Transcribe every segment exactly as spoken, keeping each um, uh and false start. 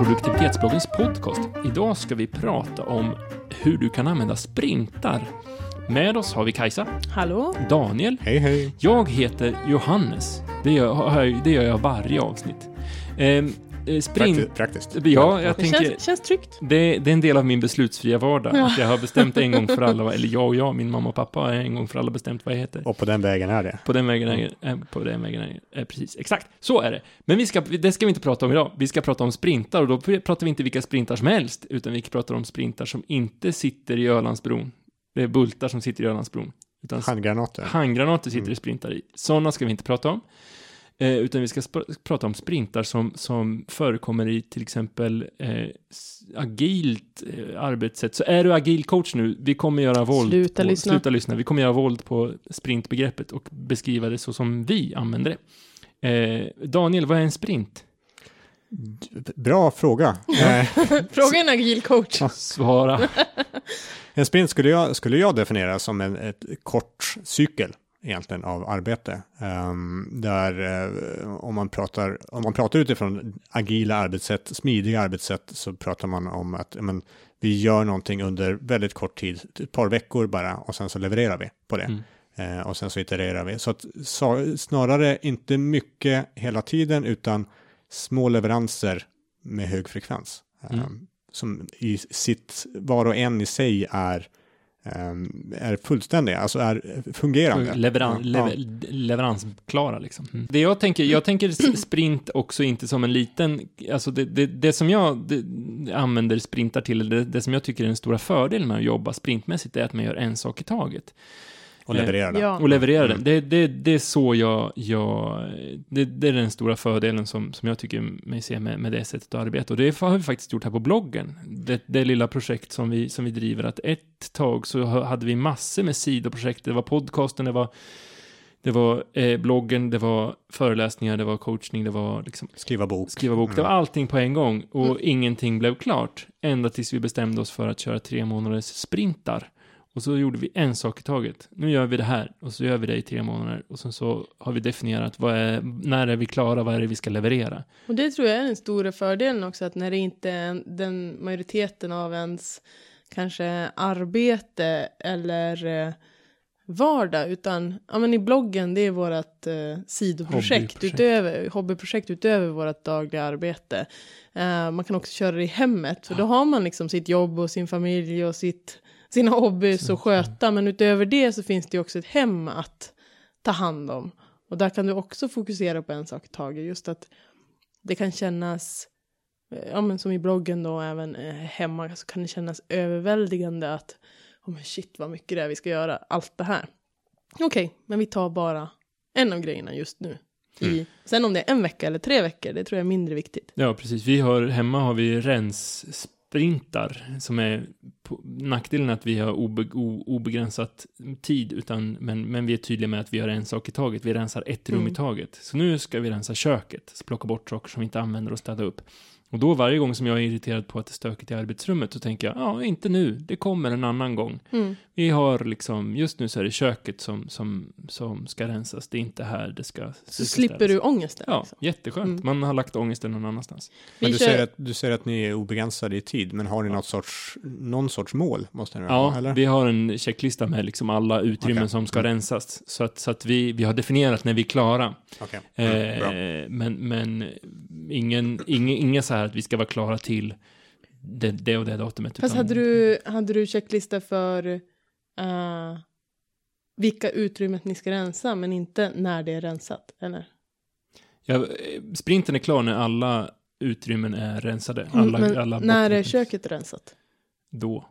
produktivitetsbloggens podcast. Idag ska vi prata om hur du kan använda sprintar. Med oss har vi Kajsa. Hallå. Daniel. Hej hej. Jag heter Johannes. Det gör, det gör jag varje avsnitt. Eh, sprint... Prakti- praktiskt. Ja, jag Det tänker... känns, känns tryggt. Det, det är en del av min beslutsfria vardag. Ja. Att jag har bestämt en gång för alla, eller jag och jag, min mamma och pappa har en gång för alla bestämt vad jag heter. Och på den vägen är det. På den vägen är det. På den vägen är det. Precis, exakt. Så är det. Men vi ska, det ska vi inte prata om idag. Vi ska prata om sprintar, och då pratar vi inte vilka sprintar som helst, utan vi pratar om sprintar som inte sitter i Ölandsbron. Det är bultar som sitter i Ölandsbron. Utan handgranater. Handgranater sitter Mm. det sprintar i. Sådana ska vi inte prata om. Eh, utan vi ska sp- prata om sprintar som, som förekommer i till exempel eh, agilt eh, arbetssätt. Så är du agil coach nu, vi kommer göra våld Sluta på, lyssna. sluta lyssna. Vi kommer göra våld på sprintbegreppet och beskriva det så som vi använder det. Eh, Daniel, vad är en sprint? Bra fråga. eh, Fråga en agil coach. Svara. en sprint skulle jag, skulle jag definiera som en ett kort cykel egentligen av arbete. Um, där uh, om, man pratar, om man pratar utifrån agila arbetssätt, smidiga arbetssätt, så pratar man om att men, vi gör någonting under väldigt kort tid, ett par veckor bara, och sen så levererar vi på det. Mm. Uh, och sen så itererar vi. Så att så, snarare inte mycket hela tiden, utan små leveranser med hög frekvens. Mm. Um, som i sitt, var och en i sig är Um, är fullständiga, alltså är fungerande. Leveran, ja. lever, leveransklara liksom. Mm. Det jag tänker, jag tänker sprint också inte som en liten, alltså det, det, det som jag det, använder sprintar till, det, det som jag tycker är den stora fördelen med att jobba sprintmässigt är att man gör en sak i taget. Och levererar den. Ja. Och levererar Mm. den. Det, det, det är så jag, jag det, det är den stora fördelen som, som jag tycker mig se med, med det sättet att arbeta. Och det har vi faktiskt gjort här på bloggen. Det, det lilla projekt som vi, som vi driver. Att ett tag så hade vi massor med sidoprojekt. Det var podcasten, det var, det var eh, bloggen, det var föreläsningar, det var coachning, det var liksom skriva bok. Skriva bok. Mm. Det var allting på en gång. Och Mm. ingenting blev klart. Ända tills vi bestämde oss för att köra tre månaders sprintar. Och så gjorde vi en sak i taget. Nu gör vi det här. Och så gör vi det i tre månader. Och sen så har vi definierat vad är, när är vi klara, vad är det vi ska leverera. Och det tror jag är den stora fördelen också. Att när det inte är den majoriteten av ens kanske arbete eller eh, vardag. Utan ja, men i bloggen, det är vårt eh, sidoprojekt. Hobbyprojekt. Utöver, hobbyprojekt utöver vårt dagliga arbete. Eh, man kan också köra det i hemmet. För då har man liksom sitt jobb och sin familj och sitt... sina hobbys och sköta, men utöver det så finns det ju också ett hem att ta hand om. Och där kan du också fokusera på en sak i taget. Just att det kan kännas, ja men som i bloggen då, även eh, hemma så kan det kännas överväldigande att, oh men shit vad mycket det är vi ska göra, allt det här. Okej, okay, men vi tar bara en av grejerna just nu. Mm. I, sen om det är en vecka eller tre veckor, det tror jag är mindre viktigt. Ja, precis. Vi har, hemma har vi rens sprintar som är på nackdelen att vi har obe, o, obegränsat tid, utan, men, men vi är tydliga med att vi gör en sak i taget. Vi rensar ett rum Mm. i taget. Så nu ska vi rensa köket, så plocka bort saker som vi inte använder och städa upp. Och då varje gång som jag är irriterad på att det är stökigt i arbetsrummet så tänker jag, ja inte nu, det kommer en annan gång. Mm. Vi har liksom, just nu så är det köket som, som, som ska rensas, det är inte här det ska, det Så ska slipper städas. du ångesten. Ja, Liksom. jätteskönt. Mm. Man har lagt ångesten någon annanstans. Men Vi du, kör- säger att, du säger att ni är obegränsade i tid, men har ni något sorts, någon sorts mål? Måste ni Ja, ha, eller? vi har en checklista med liksom alla utrymmen Okej. som ska Mm. rensas. Så att, så att vi, vi har definierat när vi är klara. Okej. Mm, bra. Eh, men men ingen, ingen, ingen så här att vi ska vara klara till det, det och det datumet. Fast utan- hade du, hade du checklista för uh, vilka utrymmen ni ska rensa, men inte när det är rensat, eller? Ja, eh, sprinten är klar när alla utrymmen är rensade. Alla, men alla när är botten- köket rensat? Då.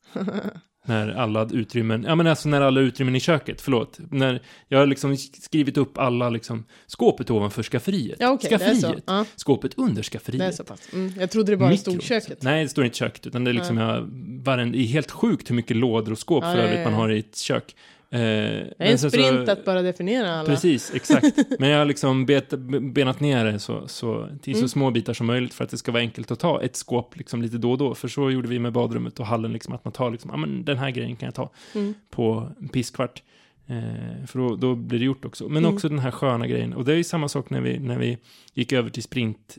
När alla utrymmen, ja men alltså när alla utrymmen i köket, förlåt. När jag har liksom skrivit upp alla liksom, skåpet ovanför skafferiet. Ja, okej, det är skafferiet. så. Ja, Skåpet under skafferiet. det är så pass. Mm. Jag trodde det bara Mikro. stod köket. Nej, det står inte köket, utan det är liksom, jag, varen, det är helt sjukt hur mycket lådor och skåp Ja, för ja, övrigt ja. man har i ett kök. Eh, Det är men en sen sprint så, att bara definiera alla. Precis, exakt. Men jag har liksom bet, benat ner det så, så, till Mm. så små bitar som möjligt för att det ska vara enkelt att ta ett skåp liksom lite då och då. För så gjorde vi med badrummet och hallen, liksom, att man tar liksom, ja men den här grejen kan jag ta Mm. på en pisskvart. Eh, för då, då blir det gjort också. Men Mm. också den här sköna grejen. Och det är ju samma sak när vi, när vi gick över till sprint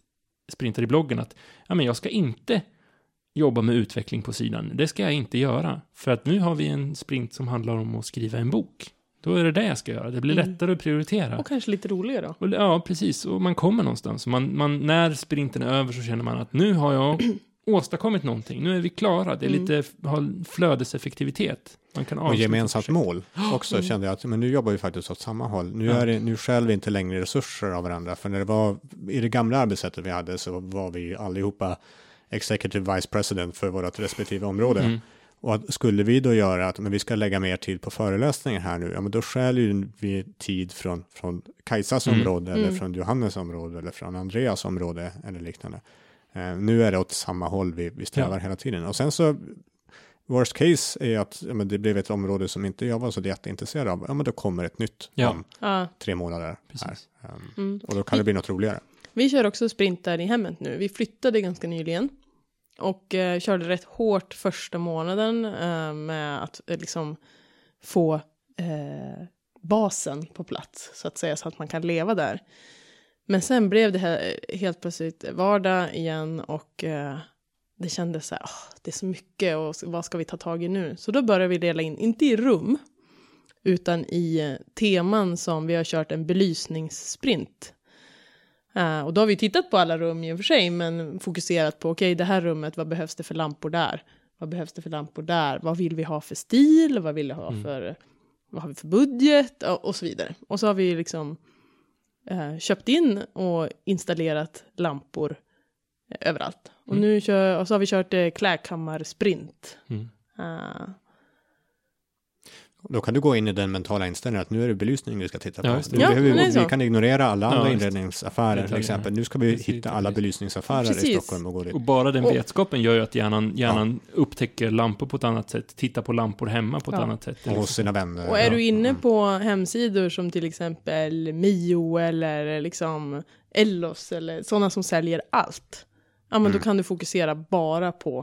sprintar i bloggen att ja, men jag ska inte jobba med utveckling på sidan. Det ska jag inte göra. För att nu har vi en sprint som handlar om att skriva en bok. Då är det det jag ska göra. Det blir mm. lättare att prioritera. Och kanske lite roligare då. Och, ja, precis. Och man kommer någonstans. Man, man, när sprinten är över så känner man att nu har jag åstadkommit någonting. Nu är vi klara. Det är mm. lite har flödeseffektivitet. Man kan och gemensamt mål också mm. kände jag att men nu jobbar vi faktiskt åt samma håll. Nu, är det, nu själv vi inte längre resurser av varandra. För när det var i det gamla arbetssättet vi hade så var vi allihopa executive vice president för vårt respektive område. Mm. Och att, skulle vi då göra att men vi ska lägga mer tid på föreläsningar här nu, ja men då skäl vi tid från, från Kajsas mm. område eller mm. från Johannes område eller från Andreas område eller liknande. Uh, nu är det åt samma håll vi, vi strävar ja. hela tiden. Och sen så worst case är att ja, men det blev ett område som inte jag var så jätteintresserad av. Ja men då kommer ett nytt ja. om ja. tre månader här. Um, mm. Och då kan det bli något roligare. Vi kör också sprintar i hemmet nu. Vi flyttade ganska nyligen. Och eh, körde rätt hårt första månaden eh, med att eh, liksom få eh, basen på plats så att säga, så att man kan leva där. Men sen blev det här, helt plötsligt vardag igen och eh, det kändes så här, oh, det är så mycket och vad ska vi ta tag i nu? Så då började vi dela in, inte i rum utan i eh, teman som vi har kört en belysningssprint. Uh, och då har vi tittat på alla rum i och för sig, men fokuserat på okej, okay, det här rummet, vad behövs det för lampor där? Vad behövs det för lampor där? Vad vill vi ha för stil? Vad vill vi ha mm. för, vad har vi för budget? Och, och så vidare. Och så har vi liksom uh, köpt in och installerat lampor uh, överallt. Och mm. nu kör, och så har vi kört uh, klädkammarsprint. Mm. Uh, Då kan du gå in i den mentala inställningen att nu är det belysning vi ska titta på. Ja, nu ja, vi, vi, vi kan ignorera alla ja, andra inredningsaffärer till exempel. Nu ska vi hitta alla belysningsaffärer Precis. i Stockholm och gå dit. Och bara den vetskapen gör ju att hjärnan, hjärnan ja. upptäcker lampor på ett annat sätt. Tittar på lampor hemma på ett ja. annat sätt. Och hos sina vänner. Och är ja. du inne på hemsidor som till exempel Mio eller liksom Ellos eller sådana som säljer allt. Ja, men mm. då kan du fokusera bara på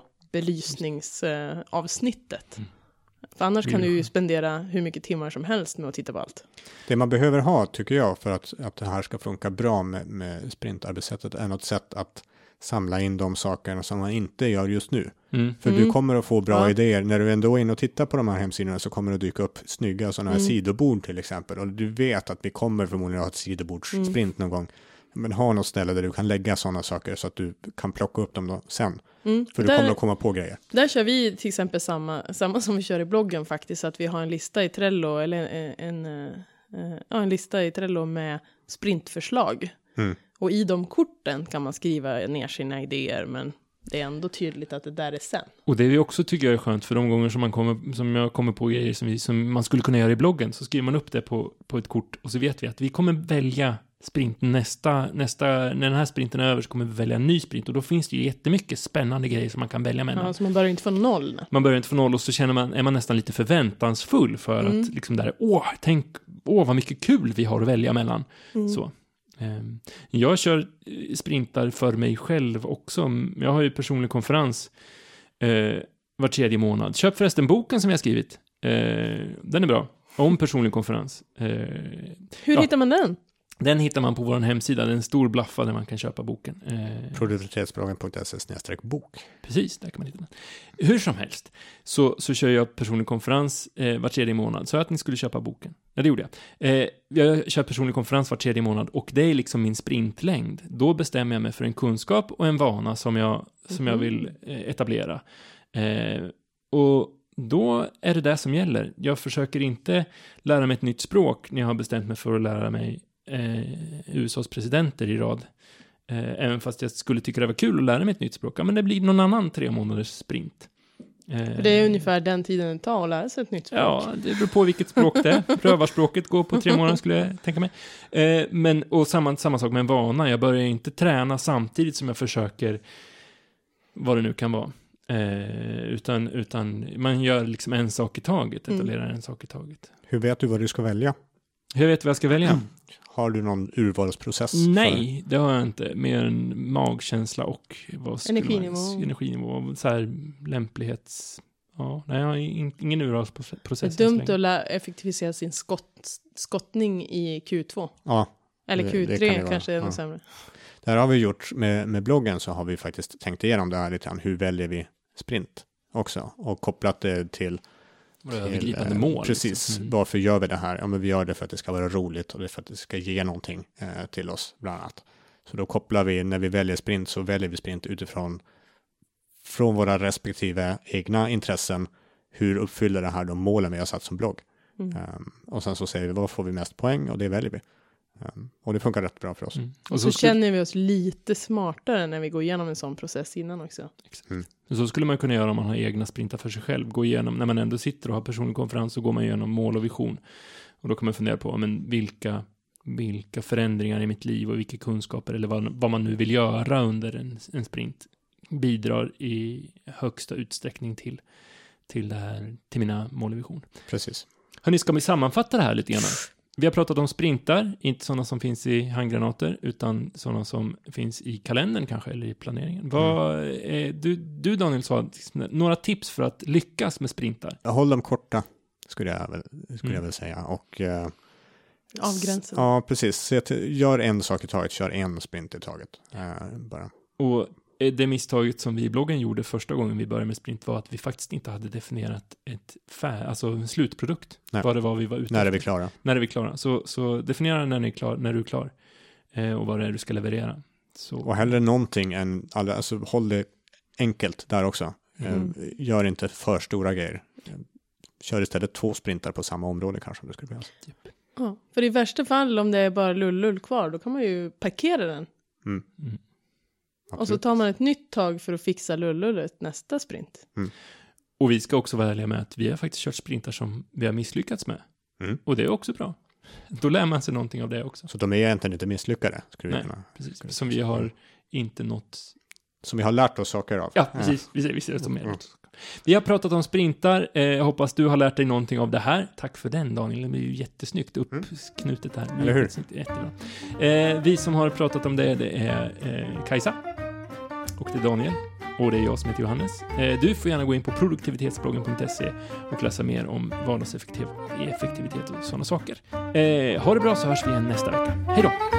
belysningsavsnittet. Mm. För annars kan du ju spendera hur mycket timmar som helst med att titta på allt. Det man behöver ha, tycker jag, för att, att det här ska funka bra med, med sprintarbetssättet är något sätt att samla in de sakerna som man inte gör just nu. Mm. För mm. du kommer att få bra ja. idéer. När du ändå är inne och tittar på de här hemsidorna så kommer det att dyka upp snygga sådana här mm. sidobord till exempel. Och du vet att vi kommer förmodligen att ha ett sidobordssprint mm. någon gång. Men ha något ställe där du kan lägga sådana saker så att du kan plocka upp dem då sen. Mm. För du där, kommer att komma på grejer. Där kör vi till exempel samma, samma som vi kör i bloggen faktiskt. Att vi har en lista i Trello eller en, en, en, ja, en lista i Trello med sprintförslag. Mm. Och i de korten kan man skriva ner sina idéer, men det är ändå tydligt att det där är sen. Och det vi också tycker är skönt, för de gånger som, man kommer, som jag kommer på grejer som, vi, som man skulle kunna göra i bloggen, så skriver man upp det på, på ett kort och så vet vi att vi kommer välja sprint nästa, nästa, när den här sprinten är över så kommer vi välja en ny sprint och då finns det ju jättemycket spännande grejer som man kan välja mellan. Ja, så man börjar inte få noll. Nej. Man börjar inte få noll och så känner man, är man nästan lite förväntansfull för mm. att liksom där, åh, tänk, åh vad mycket kul vi har att välja mellan. Mm. Så. Jag kör sprintar för mig själv också. Jag har ju personlig konferens eh, var tredje månad. Köp förresten boken som jag skrivit. Eh, den är bra. Om personlig konferens. Eh, Hur ja. hittar man den? Den hittar man på vår hemsida. Det är en stor blaffa där man kan köpa boken. Eh, produktivitetsbloggen punkt se slash bok. Precis, där kan man hitta den. Hur som helst så, så kör jag personlig konferens eh, var tredje månad. Så att ni skulle köpa boken. Ja, det gjorde jag. Eh, jag kör personlig konferens var tredje månad och det är liksom min sprintlängd. Då bestämmer jag mig för en kunskap och en vana som jag, som jag vill eh, etablera. Eh, och då är det det som gäller. Jag försöker inte lära mig ett nytt språk när jag har bestämt mig för att lära mig Eh, U S A:s presidenter i rad. Eh, även fast jag skulle tycka det var kul att lära mig ett nytt språk. Ja, men det blir någon annan tre månaders sprint. Eh, det är ungefär den tiden det tar att lära sig ett nytt språk. Ja, det beror på vilket språk det är. Prövarspråket går på tre månader skulle jag tänka mig. Eh, men, och samma, samma sak med en vana. Jag börjar inte träna samtidigt som jag försöker vad det nu kan vara. Eh, utan, utan man gör liksom en sak i taget. Etablerar mm. en sak i taget. Hur vet du vad du ska välja? Hur vet du vad jag ska välja? Mm. Har du någon urvalsprocess? Nej, för? Det har jag inte. Mer en magkänsla och vad energinivå. Man, energinivå. Så här lämplighets... Ja, nej, jag har ingen urvalsprocess. Det är dumt att lä- effektivisera sin skott, skottning i Q två. Ja. Eller Q tre det kan kanske är något ja. sämre. Där har vi gjort, med, med bloggen så har vi faktiskt tänkt igenom det här lite grann. Hur väljer vi sprint också? Och kopplat det till... till övergripande mål. Precis. Liksom. Mm. Varför gör vi det här? Ja, men vi gör det för att det ska vara roligt och det är för att det ska ge någonting eh, till oss, bland annat. Så då kopplar vi, när vi väljer sprint så väljer vi sprint utifrån från våra respektive egna intressen. Hur uppfyller det här de målen vi har satt som blogg? Mm. Um, och sen så säger vi, vad får vi mest poäng? Och det väljer vi. Um, och det funkar rätt bra för oss. Mm. Och, och så, så känner vi oss lite smartare när vi går igenom en sån process innan också. Mm. Så skulle man kunna göra om man har egna sprintar för sig själv. Gå igenom, när man ändå sitter och har personlig konferens, så går man igenom mål och vision. Och då kan man fundera på, men vilka, vilka förändringar i mitt liv och vilka kunskaper eller vad, vad man nu vill göra under en, en sprint bidrar i högsta utsträckning till, till, det här, till mina mål och vision. Precis. Hörrni, ska vi sammanfatta det här lite grann? Vi har pratat om sprintar, inte sådana som finns i handgranater, utan sådana som finns i kalendern kanske, eller i planeringen. Vad är, du, du Daniel sa, några tips för att lyckas med sprintar? Håll dem korta, skulle jag väl, skulle mm. jag väl säga. Och, eh, avgränsa. Ja, precis. Så till, gör en sak i taget, kör en sprint i taget. Eh, bara. Och det misstaget som vi i bloggen gjorde första gången vi började med sprint var att vi faktiskt inte hade definierat ett fär, alltså en slutprodukt. Nej. Vad det var vi var ute När efter. är vi klara? När är vi klara. Så, så definiera när, ni är klar, när du är klar eh, och vad det är du ska leverera. Så. Och hellre någonting än, alla, alltså håll det enkelt där också. Mm. Eh, gör inte för stora grejer. Kör istället två sprintar på samma område kanske om det skulle behövas. Yep. Ja, för i värsta fall om det är bara lull-lull kvar, då kan man ju parkera den. Mm. Mm. Och så tar man ett nytt tag för att fixa lullullet nästa sprint. Mm. Och vi ska också vara ärliga med att vi har faktiskt kört sprintar som vi har misslyckats med. Mm. Och det är också bra. Då lär man sig någonting av det också. Så de är egentligen inte misslyckade. Skulle Nej, vi kunna, precis. skulle Som vi har inte nått... Som vi har lärt oss saker av. Ja, precis. Vi ser, vi ser det som mer. Mm. Vi har pratat om sprintar. Eh, jag hoppas du har lärt dig någonting av det här. Tack för den, Daniel. Det är ju jättesnyggt uppknutet här. Eller hur? Jättebra. Eh, vi som har pratat om det, det är eh, Kajsa. Och det är Daniel. Och det är jag som heter Johannes. Eh, du får gärna gå in på produktivitetsbloggen punkt se och läsa mer om vardagseffektivitet och sådana saker. Eh, ha det bra, så hörs vi igen nästa vecka. Hej då!